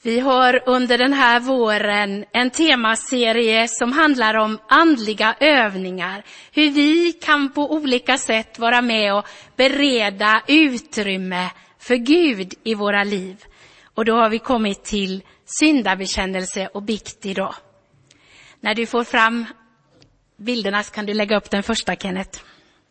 Vi har under den här våren en temaserie som handlar om andliga övningar. Hur vi kan på olika sätt vara med och bereda utrymme för Gud i våra liv. Och då har vi kommit till syndabekännelse och bikt idag. När du får fram bilderna så kan du lägga upp den första, Kenneth.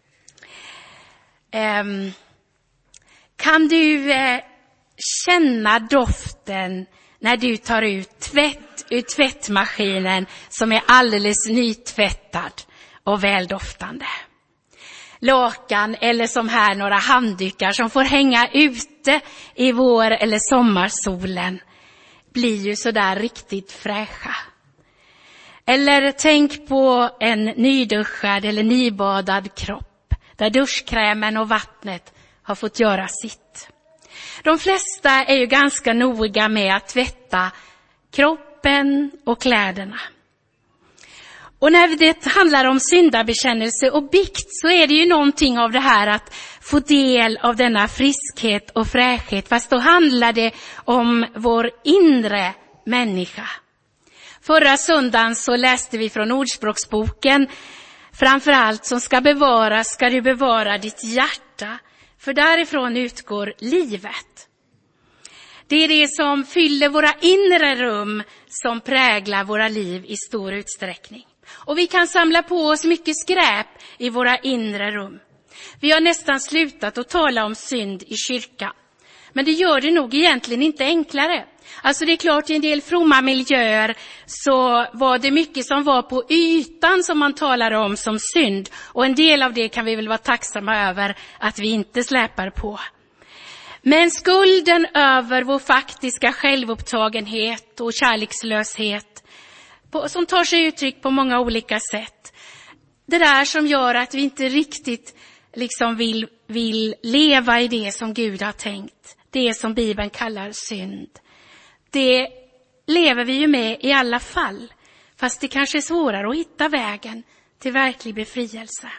Kan du känna doften när du tar ut tvätt ur tvättmaskinen som är alldeles nytvättad och väldoftande? Lakan eller som här några handdukar som får hänga ute i vår- eller sommarsolen blir ju så där riktigt fräscha. Eller tänk på en nyduschad eller nybadad kropp där duschkrämen och vattnet har fått göra sitt. De flesta är ju ganska noga med att tvätta kroppen och kläderna. Och när det handlar om syndabekännelse och bikt så är det ju någonting av det här att få del av denna friskhet och fräschhet. Fast då handlar det om vår inre människa. Förra söndagen så läste vi från Ordspråksboken. Framförallt som ska bevaras ska du bevara ditt hjärta. För därifrån utgår livet. Det är det som fyller våra inre rum som präglar våra liv i stor utsträckning. Och vi kan samla på oss mycket skräp i våra inre rum. Vi har nästan slutat att tala om synd i kyrkan. Men det gör det nog egentligen inte enklare. Alltså det är klart i en del fromma miljöer så var det mycket som var på ytan som man talar om som synd. Och en del av det kan vi väl vara tacksamma över att vi inte släpar på. Men skulden över vår faktiska självupptagenhet och kärlekslöshet som tar sig uttryck på många olika sätt. Det där som gör att vi inte riktigt liksom vill leva i det som Gud har tänkt. Det som Bibeln kallar synd. Det lever vi ju med i alla fall. Fast det kanske är svårare att hitta vägen till verklig befrielse.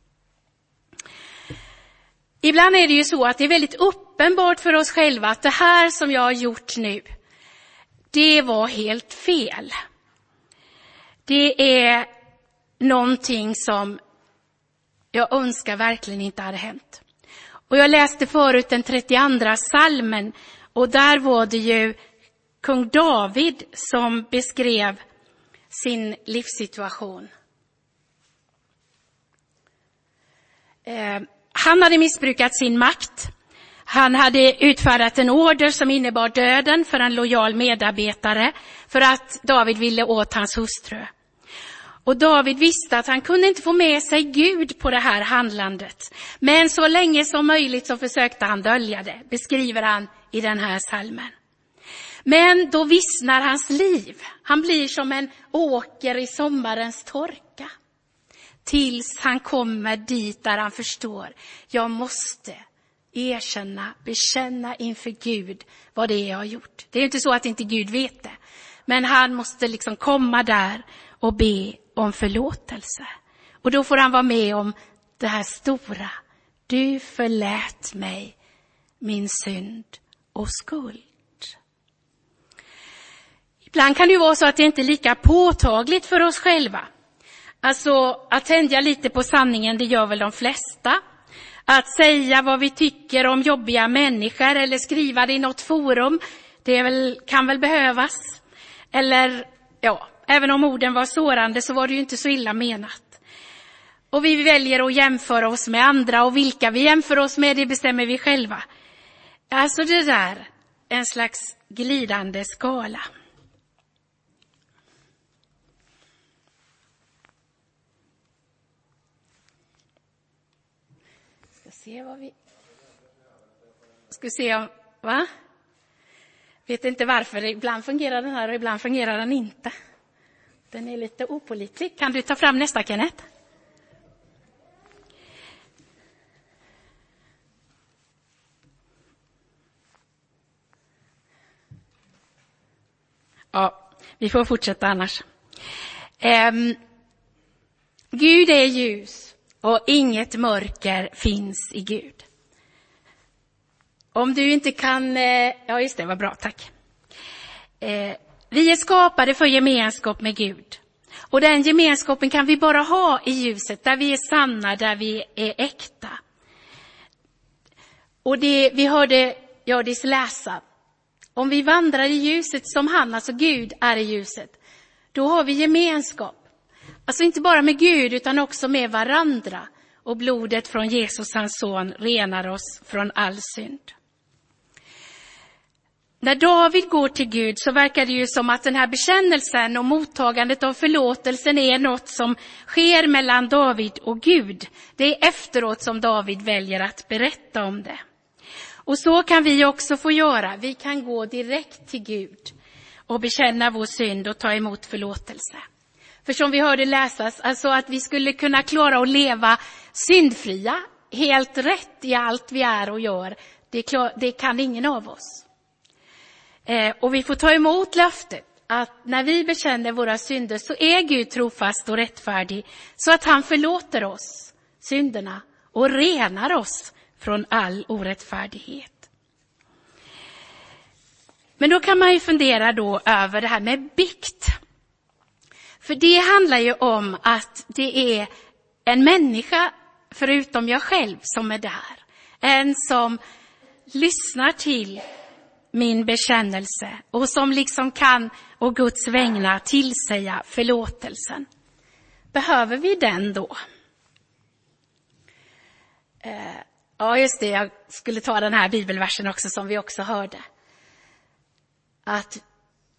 Ibland är det ju så att det är väldigt uppenbart för oss själva att det här som jag har gjort nu, det var helt fel. Det är någonting som jag önskar verkligen inte hade hänt. Och jag läste förut den 32:a psalmen och där var det ju kung David som beskrev sin livssituation. Han hade missbrukat sin makt. Han hade utfärdat en order som innebar döden för en lojal medarbetare för att David ville åt hans hustru. Och David visste att han kunde inte få med sig Gud på det här handlandet. Men så länge som möjligt så försökte han dölja det, beskriver han i den här psalmen. Men då vissnar hans liv. Han blir som en åker i sommarens torka. Tills han kommer dit där han förstår. Jag måste bekänna inför Gud vad det är jag har gjort. Det är inte så att inte Gud vet det. Men han måste liksom komma där och be om förlåtelse. Och då får han vara med om det här stora. Du förlät mig min synd och skuld. Ibland kan det ju vara så att det inte är lika påtagligt för oss själva. Alltså att tänja lite på sanningen, det gör väl de flesta. Att säga vad vi tycker om jobbiga människor eller skriva det i något forum, kan väl behövas. Eller även om orden var sårande så var det ju inte så illa menat. Och vi väljer att jämföra oss med andra och vilka vi jämför oss med det bestämmer vi själva. Alltså det där, en slags glidande skala. Ska se om, va? Vet inte varför. Ibland fungerar den här och ibland fungerar den inte. Den är lite opålitlig. Kan du ta fram nästa, Kenneth? Ja, vi får fortsätta annars. Gud är ljus och inget mörker finns i Gud. Om du inte kan... Ja, just det, var bra, tack. Vi är skapade för gemenskap med Gud. Och den gemenskapen kan vi bara ha i ljuset, där vi är sanna, där vi är äkta. Och det vi hörde Gördis läsa. Om vi vandrar i ljuset som han, alltså Gud är i ljuset, då har vi gemenskap. Alltså inte bara med Gud utan också med varandra. Och blodet från Jesus, hans son, renar oss från all synd. När David går till Gud så verkar det ju som att den här bekännelsen och mottagandet av förlåtelsen är något som sker mellan David och Gud. Det är efteråt som David väljer att berätta om det. Och så kan vi också få göra. Vi kan gå direkt till Gud och bekänna vår synd och ta emot förlåtelse. För som vi hörde läsas, alltså att vi skulle kunna klara att leva syndfria, helt rätt i allt vi är och gör, det kan ingen av oss. Och vi får ta emot löftet att när vi bekänner våra synder så är Gud trofast och rättfärdig så att han förlåter oss synderna och renar oss från all orättfärdighet. Men då kan man ju fundera då över det här med bikt. För det handlar ju om att det är en människa förutom jag själv som är där. En som lyssnar till min bekännelse och som liksom kan och Guds vägnar tillsäga förlåtelsen. Behöver vi den då? Ja, just det. Jag skulle ta den här bibelversen också som vi också hörde. Att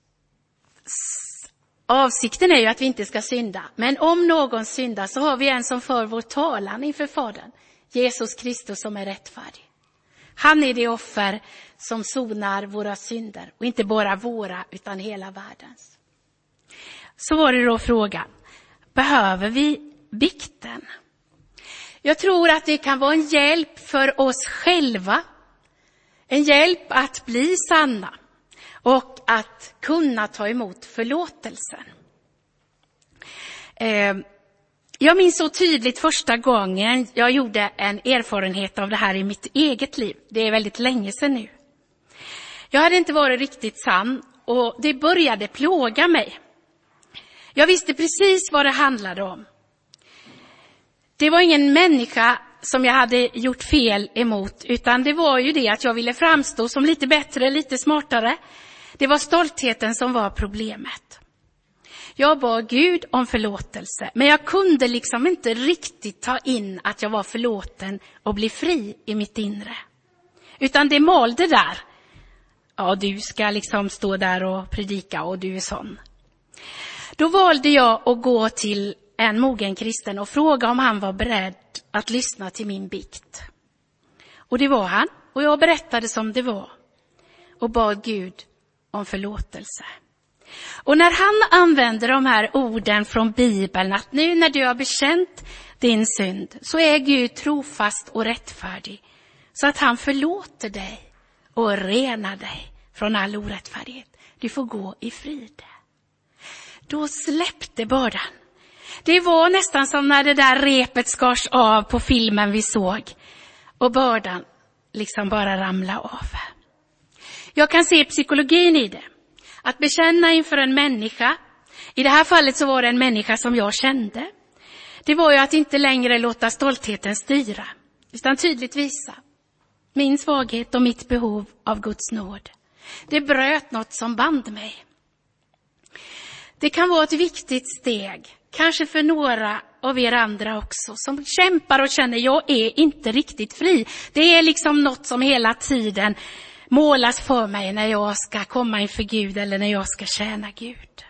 avsikten är ju att vi inte ska synda. Men om någon syndar så har vi en som för vår talan inför Fadern. Jesus Kristus som är rättfärdig. Han är det offer som sonar våra synder. Och inte bara våra utan hela världens. Så var det då frågan. Behöver vi bikten? Jag tror att det kan vara en hjälp för oss själva. En hjälp att bli sanna. Och att kunna ta emot förlåtelsen. Jag minns så tydligt första gången jag gjorde en erfarenhet av det här i mitt eget liv. Det är väldigt länge sedan nu. Jag hade inte varit riktigt sann och det började plåga mig. Jag visste precis vad det handlade om. Det var ingen människa som jag hade gjort fel emot, utan det var ju det att jag ville framstå som lite bättre, lite smartare. Det var stoltheten som var problemet. Jag bad Gud om förlåtelse, men jag kunde liksom inte riktigt ta in att jag var förlåten och bli fri i mitt inre. Utan det malde där. Ja, du ska liksom stå där och predika och du är sån. Då valde jag att gå till en mogen kristen och fråga om han var beredd att lyssna till min bikt. Och det var han, och jag berättade som det var och bad Gud om förlåtelse. Och när han använder de här orden från Bibeln, att nu när du har bekänt din synd så är Gud trofast och rättfärdig så att han förlåter dig och renar dig från all orättfärdighet. Du får gå i frid. Då släppte bördan. Det var nästan som när det där repet skars av på filmen vi såg. Och bördan liksom bara ramlade av. Jag kan se psykologin i det. Att bekänna inför en människa. I det här fallet så var det en människa som jag kände. Det var ju att inte längre låta stoltheten styra. Utan tydligt visa min svaghet och mitt behov av Guds nåd. Det bröt något som band mig. Det kan vara ett viktigt steg. Kanske för några av er andra också. Som kämpar och känner jag är inte riktigt fri. Det är liksom något som hela tiden målas för mig när jag ska komma inför Gud eller när jag ska tjäna Gud.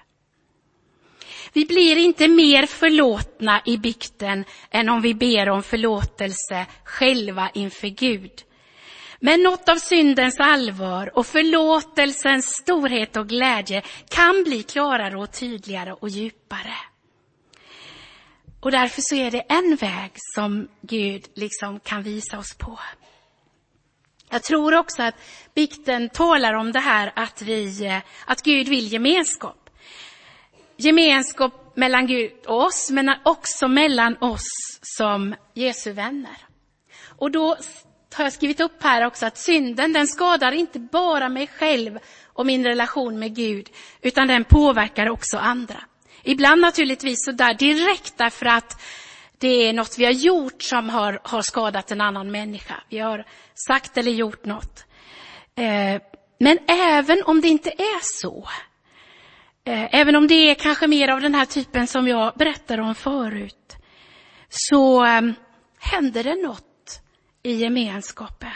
Vi blir inte mer förlåtna i bikten än om vi ber om förlåtelse själva inför Gud. Men något av syndens allvar och förlåtelsens storhet och glädje kan bli klarare och tydligare och djupare. Och därför så är det en väg som Gud liksom kan visa oss på. Jag tror också att bikten talar om det här att Gud vill gemenskap. Gemenskap mellan Gud och oss, men också mellan oss som Jesu vänner. Och då har jag skrivit upp här också att synden, den skadar inte bara mig själv och min relation med Gud, utan den påverkar också andra. Ibland naturligtvis så där direkt därför att det är något vi har gjort som har skadat en annan människa. Vi har sagt eller gjort något. Men även om det inte är så, även om det är kanske mer av den här typen som jag berättade om förut, så händer det något i gemenskapen.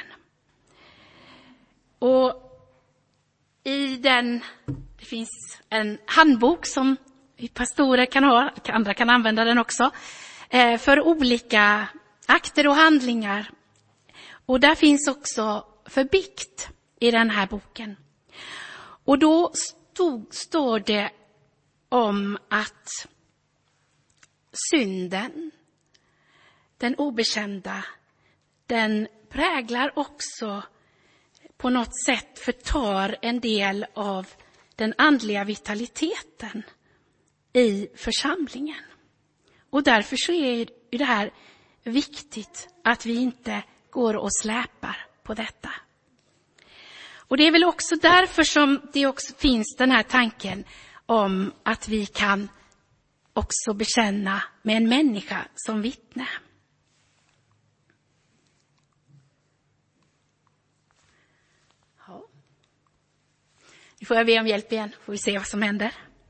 Och det finns en handbok som vi pastorer kan ha, andra kan använda den också, för olika akter och handlingar. Och där finns också för bikt i den här boken. Och då står det om att synden, den obekända, den präglar också på något sätt, förtar en del av den andliga vitaliteten i församlingen. Och därför så är det här viktigt att vi inte går och släpar på detta. Och det är väl också därför som det också finns den här tanken om att vi kan också bekänna med en människa som vittne. Ja. Nu får jag be om hjälp igen, får vi se vad som händer.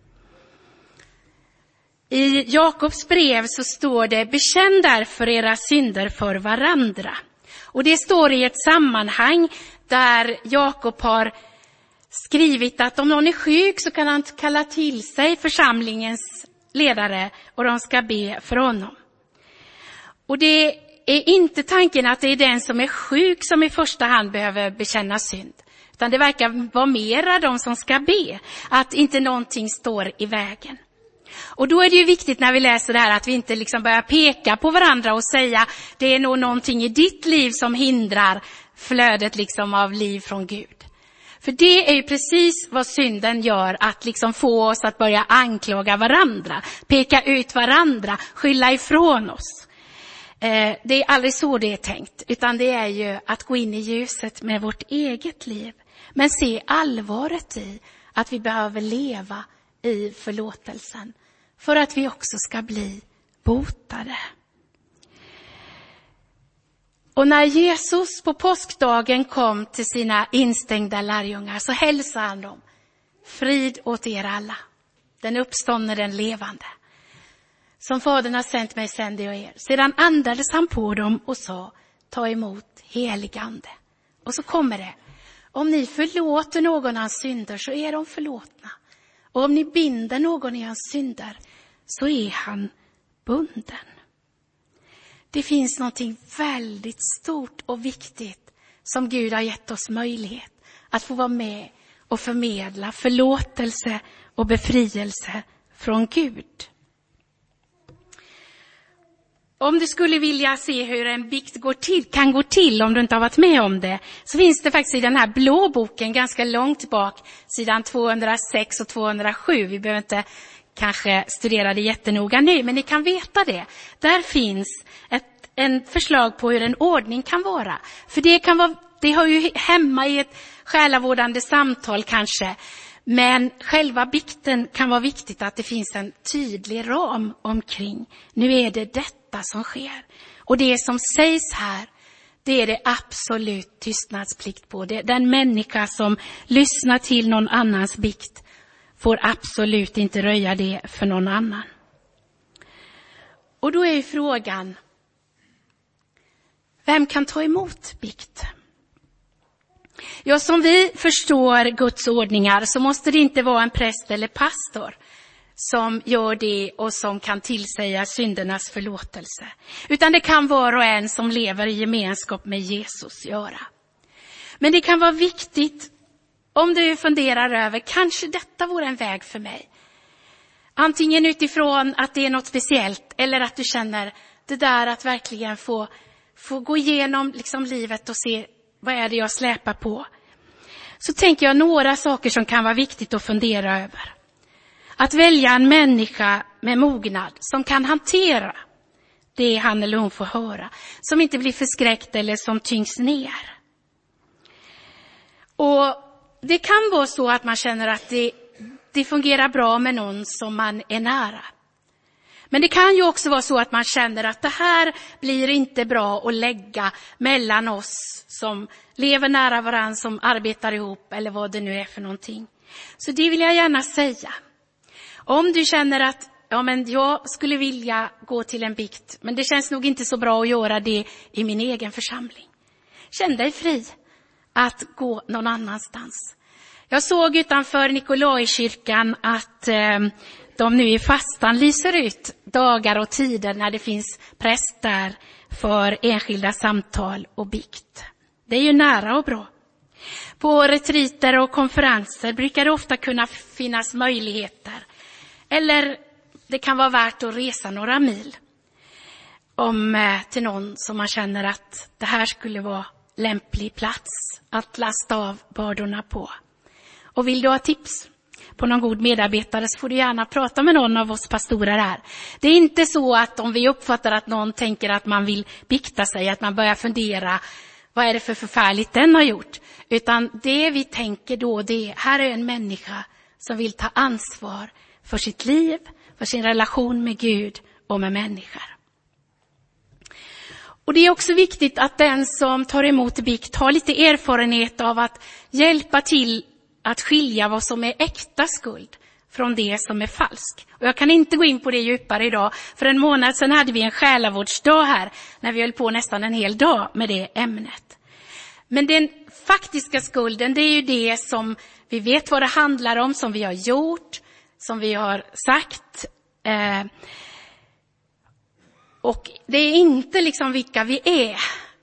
I Jakobs brev så står det: bekänn därför era synder för varandra. Och det står i ett sammanhang där Jakob har skrivit att om någon är sjuk så kan han kalla till sig församlingens ledare och de ska be för honom. Och det är inte tanken att det är den som är sjuk som i första hand behöver bekänna synd. Utan det verkar vara mera de som ska be, att inte någonting står i vägen. Och då är det ju viktigt när vi läser det här att vi inte liksom börjar peka på varandra och säga det är nog någonting i ditt liv som hindrar flödet liksom av liv från Gud. För det är ju precis vad synden gör, att liksom få oss att börja anklaga varandra, peka ut varandra, skylla ifrån oss. Det är aldrig så det är tänkt, utan det är ju att gå in i ljuset med vårt eget liv. Men se allvaret i att vi behöver leva i förlåtelsen för att vi också ska bli botade. Och när Jesus på påskdagen kom till sina instängda lärjungar så hälsade han dem: frid åt er alla, den uppståndne, den levande. Som Fadern har sänt mig sänder jag er. Sedan andades han på dem och sa: ta emot helig ande. Och så kommer det: om ni förlåter någon hans synder så är de förlåtna. Och om ni binder någon i hans synder så är han bunden. Det finns någonting väldigt stort och viktigt som Gud har gett oss möjlighet att få vara med och förmedla: förlåtelse och befrielse från Gud. Om du skulle vilja se hur en bikt kan gå till om du inte har varit med om det, så finns det faktiskt i den här blå boken ganska långt bak, sidan 206 och 207. Vi behöver inte kanske studera det jättenoga nu, men ni kan veta det. Där finns en förslag på hur en ordning kan vara. För det hör ju hemma i ett själavårdande samtal kanske. Men själva bikten kan vara viktigt att det finns en tydlig ram omkring. Nu är det detta som sker. Och det som sägs här, det är det absolut tystnadsplikt på. Den människa som lyssnar till någon annans bikt får absolut inte röja det för någon annan. Och då är frågan: vem kan ta emot bikt? Ja, som vi förstår Guds ordningar så måste det inte vara en präst eller pastor som gör det och som kan tillsäga syndernas förlåtelse. Utan det kan var och en som lever i gemenskap med Jesus göra. Men det kan vara viktigt om du funderar över: kanske detta vore en väg för mig. Antingen utifrån att det är något speciellt, eller att du känner det där att verkligen få gå igenom liksom livet och se vad är det jag släpar på. Så tänker jag några saker som kan vara viktigt att fundera över. Att välja en människa med mognad som kan hantera det han eller hon får höra. Som inte blir förskräckt eller som tyngs ner. Och det kan vara så att man känner att det fungerar bra med någon som man är nära. Men det kan ju också vara så att man känner att det här blir inte bra att lägga mellan oss som lever nära varandra, som arbetar ihop eller vad det nu är för någonting. Så det vill jag gärna säga. Om du känner att men jag skulle vilja gå till en bikt, men det känns nog inte så bra att göra det i min egen församling. Känn dig fri att gå någon annanstans. Jag såg utanför Nikolaikyrkan att de nu i fastan lyser ut dagar och tider när det finns präst där för enskilda samtal och bikt. Det är ju nära och bra. På retriter och konferenser brukar det ofta kunna finnas möjligheter. Eller det kan vara värt att resa några mil till någon som man känner att det här skulle vara lämplig plats att lasta av bördorna på. Och vill du ha tips på någon god medarbetare så får du gärna prata med någon av oss pastorer här. Det är inte så att om vi uppfattar att någon tänker att man vill bikta sig, att man börjar fundera, vad är det för förfärligt den har gjort? Utan det vi tänker då, det här är en människa som vill ta ansvar för sitt liv, för sin relation med Gud och med människor. Och det är också viktigt att den som tar emot bikt har lite erfarenhet av att hjälpa till att skilja vad som är äkta skuld från det som är falsk. Och jag kan inte gå in på det djupare idag. För en månad sedan hade vi en själavårdsdag här när vi höll på nästan en hel dag med det ämnet. Men den faktiska skulden, det är ju det som vi vet vad det handlar om, som vi har gjort, som vi har sagt. Och det är inte liksom vilka vi är.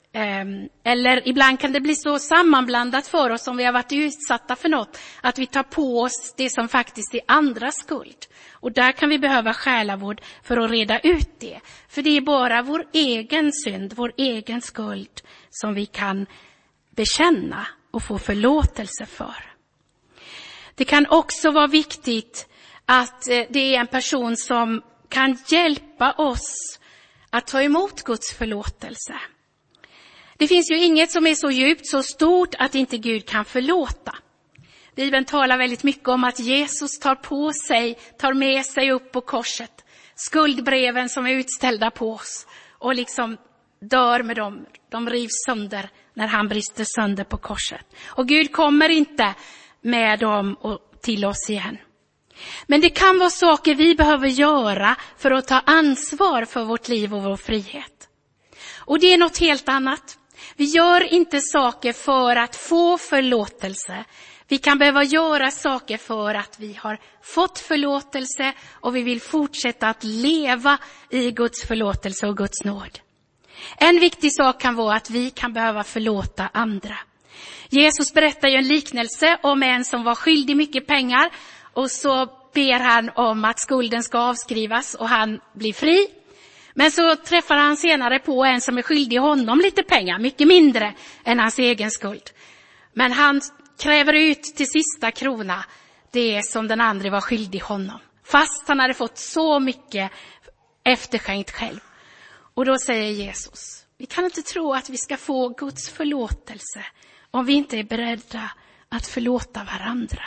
Eller ibland kan det bli så sammanblandat för oss om vi har varit utsatta för något, att vi tar på oss det som faktiskt är andras skuld. Och där kan vi behöva själavård för att reda ut det. För det är bara vår egen synd, vår egen skuld som vi kan bekänna och få förlåtelse för. Det kan också vara viktigt att det är en person som kan hjälpa oss att ta emot Guds förlåtelse. Det finns ju inget som är så djupt, så stort att inte Gud kan förlåta. Bibeln talar väldigt mycket om att Jesus tar med sig upp på korset skuldbreven som är utställda på oss och liksom dör med dem. De rivs sönder när han brister sönder på korset. Och Gud kommer inte med dem till oss igen. Men det kan vara saker vi behöver göra för att ta ansvar för vårt liv och vår frihet. Och det är något helt annat. Vi gör inte saker för att få förlåtelse. Vi kan behöva göra saker för att vi har fått förlåtelse och vi vill fortsätta att leva i Guds förlåtelse och Guds nåd. En viktig sak kan vara att vi kan behöva förlåta andra. Jesus berättar ju en liknelse om en som var skyldig mycket pengar och så ber han om att skulden ska avskrivas och han blir fri. Men så träffar han senare på en som är skyldig honom lite pengar, mycket mindre än hans egen skuld. Men han kräver ut till sista krona det som den andra var skyldig honom. Fast han hade fått så mycket efterskänkt själv. Och då säger Jesus, vi kan inte tro att vi ska få Guds förlåtelse om vi inte är beredda att förlåta varandra.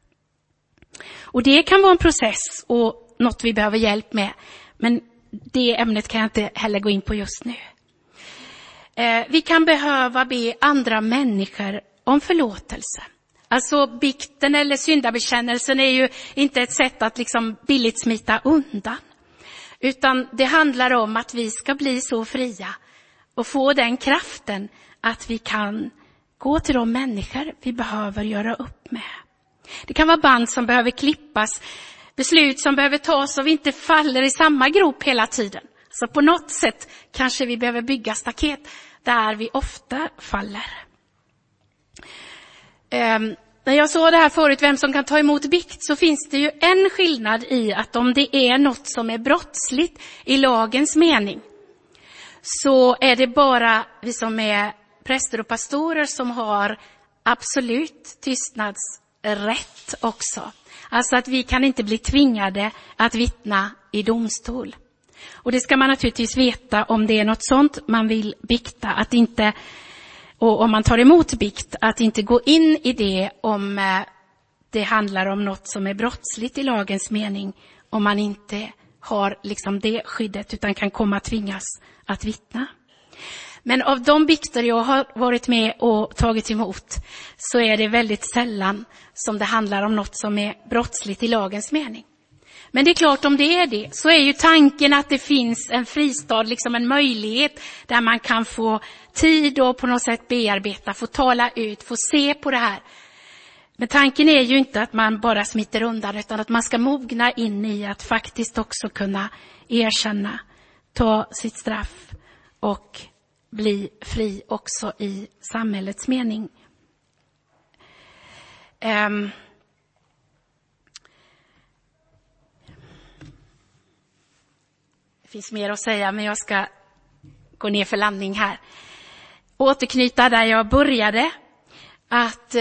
Och det kan vara en process och något vi behöver hjälp med. Men det ämnet kan jag inte heller gå in på just nu. Vi kan behöva be andra människor om förlåtelse. Alltså bikten eller syndabekännelsen är ju inte ett sätt att liksom billigt smita undan. Utan det handlar om att vi ska bli så fria och få den kraften att vi kan gå till de människor vi behöver göra upp med. Det kan vara band som behöver klippas, beslut som behöver tas så vi inte faller i samma grop hela tiden. Så på något sätt kanske vi behöver bygga staket där vi ofta faller. När jag sa det här förut, vem som kan ta emot bikt, så finns det ju en skillnad i att om det är något som är brottsligt i lagens mening, så är det bara vi som är präster och pastorer som har absolut tystnadsrätt också. Alltså att vi kan inte bli tvingade att vittna i domstol. Och det ska man naturligtvis veta om det är något sånt man vill bikta, att inte, och om man tar emot bikt, att inte gå in i det om det handlar om något som är brottsligt i lagens mening, om man inte har liksom det skyddet utan kan komma att tvingas att vittna. Men av de bikter jag har varit med och tagit emot så är det väldigt sällan som det handlar om något som är brottsligt i lagens mening. Men det är klart, om det är det så är ju tanken att det finns en fristad, liksom en möjlighet där man kan få tid och på något sätt bearbeta, få tala ut, få se på det här. Men tanken är ju inte att man bara smiter undan, utan att man ska mogna in i att faktiskt också kunna erkänna, ta sitt straff och bli fri också i samhällets mening. Det finns mer att säga, men jag ska gå ner för landning här. Återknyta där jag började. Att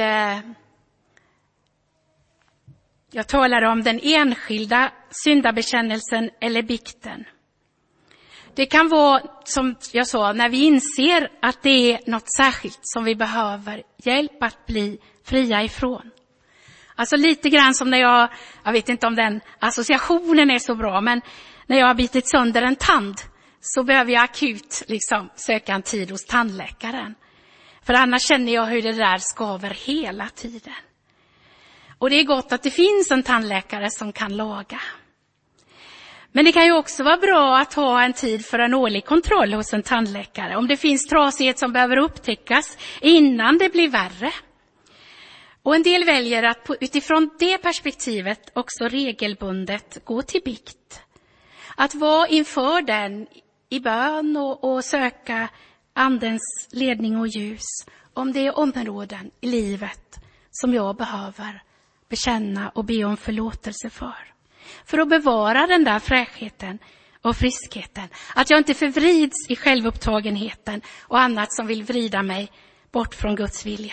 jag talar om den enskilda syndabekännelsen eller bikten. Det kan vara, som jag sa, när vi inser att det är något särskilt som vi behöver hjälp att bli fria ifrån. Alltså lite grann som när jag vet inte om den associationen är så bra, men när jag har bitit sönder en tand så behöver jag akut söka en tid hos tandläkaren. För annars känner jag hur det där skaver hela tiden. Och det är gott att det finns en tandläkare som kan laga. Men det kan ju också vara bra att ha en tid för en årlig kontroll hos en tandläkare. Om det finns trasighet som behöver upptäckas innan det blir värre. Och en del väljer att utifrån det perspektivet också regelbundet gå till bikt. Att vara inför den i bön och söka andens ledning och ljus. Om det är områden i livet som jag behöver bekänna och be om förlåtelse för att bevara den där fräschheten och friskheten. Att jag inte förvrids i självupptagenheten och annat som vill vrida mig bort från Guds vilja.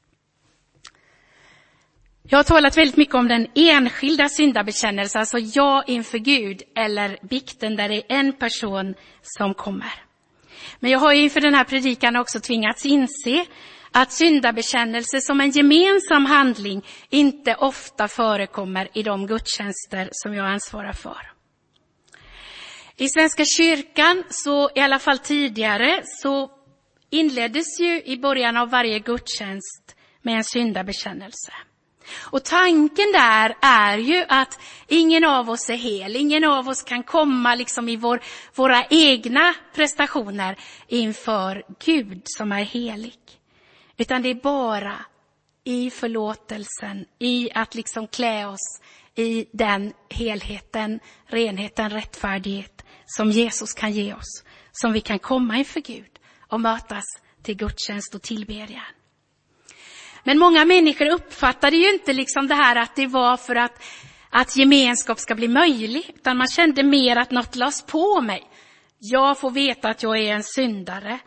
Jag har talat väldigt mycket om den enskilda syndabekännelsen, alltså jag inför Gud, eller bikten där det är en person som kommer. Men jag har ju inför den här predikan också tvingats inse att syndabekännelse som en gemensam handling inte ofta förekommer i de gudstjänster som jag ansvarar för. I Svenska kyrkan, så i alla fall tidigare, så inleddes ju i början av varje gudstjänst med en syndabekännelse. Och tanken där är ju att ingen av oss är hel. Ingen av oss kan komma i våra egna prestationer inför Gud som är helig. Utan det är bara i förlåtelsen, i att klä oss i den helheten, renheten, rättfärdighet som Jesus kan ge oss. Som vi kan komma inför Gud och mötas till gudstjänst och tillbedjan. Men många människor uppfattade ju inte det här att det var för att gemenskap ska bli möjlig. Utan man kände mer att något lades på mig. Jag får veta att jag är en syndare.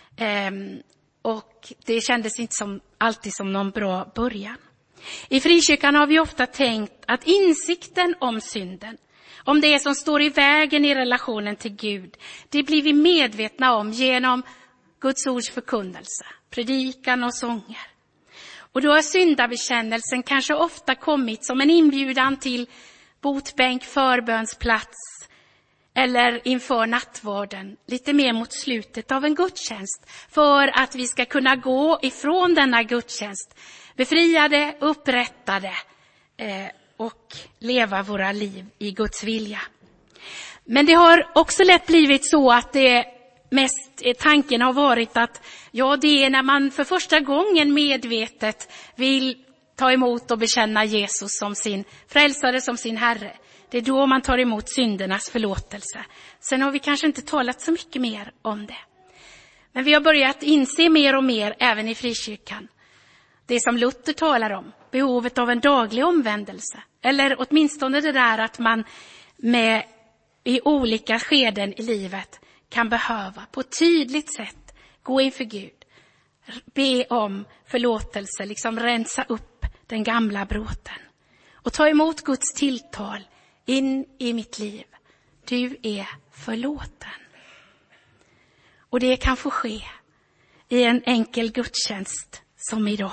Och det kändes inte alltid som någon bra början. I frikyrkan har vi ofta tänkt att insikten om synden, om det som står i vägen i relationen till Gud, det blir vi medvetna om genom Guds ords förkunnelse, predikan och sånger. Och då har syndabekännelsen kanske ofta kommit som en inbjudan till botbänk, förbönsplats eller inför nattvarden, lite mer mot slutet av en gudstjänst, för att vi ska kunna gå ifrån denna gudstjänst befriade, upprättade och leva våra liv i Guds vilja. Men det har också lätt blivit så att tanken har varit att det är när man för första gången medvetet vill ta emot och bekänna Jesus som sin frälsare, som sin Herre. Det är då man tar emot syndernas förlåtelse. Sen har vi kanske inte talat så mycket mer om det. Men vi har börjat inse mer och mer även i frikyrkan. Det som Luther talar om, behovet av en daglig omvändelse. Eller åtminstone det där att man i olika skeden i livet kan behöva på ett tydligt sätt gå inför Gud. Be om förlåtelse, rensa upp den gamla bråten. Och ta emot Guds tilltal in i mitt liv. du är förlåten. Och det kan få ske i en enkel gudstjänst som idag.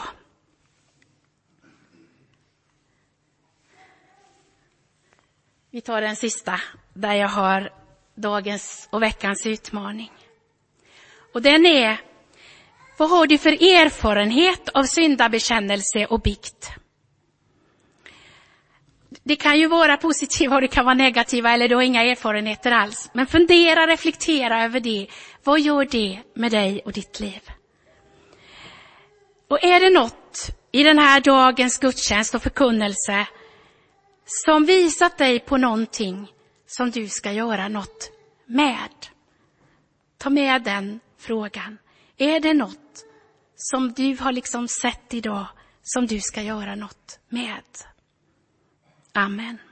Vi tar den sista där jag har dagens och veckans utmaning. Och den är: vad har du för erfarenhet av syndabekännelse och bikt? Det kan ju vara positiva och det kan vara negativa, eller du har inga erfarenheter alls. Men fundera, reflektera över det. Vad gör det med dig och ditt liv? Och är det något i den här dagens gudstjänst och förkunnelse som visat dig på någonting som du ska göra något med? Ta med den frågan. Är det något som du har liksom sett idag som du ska göra något med? Amen.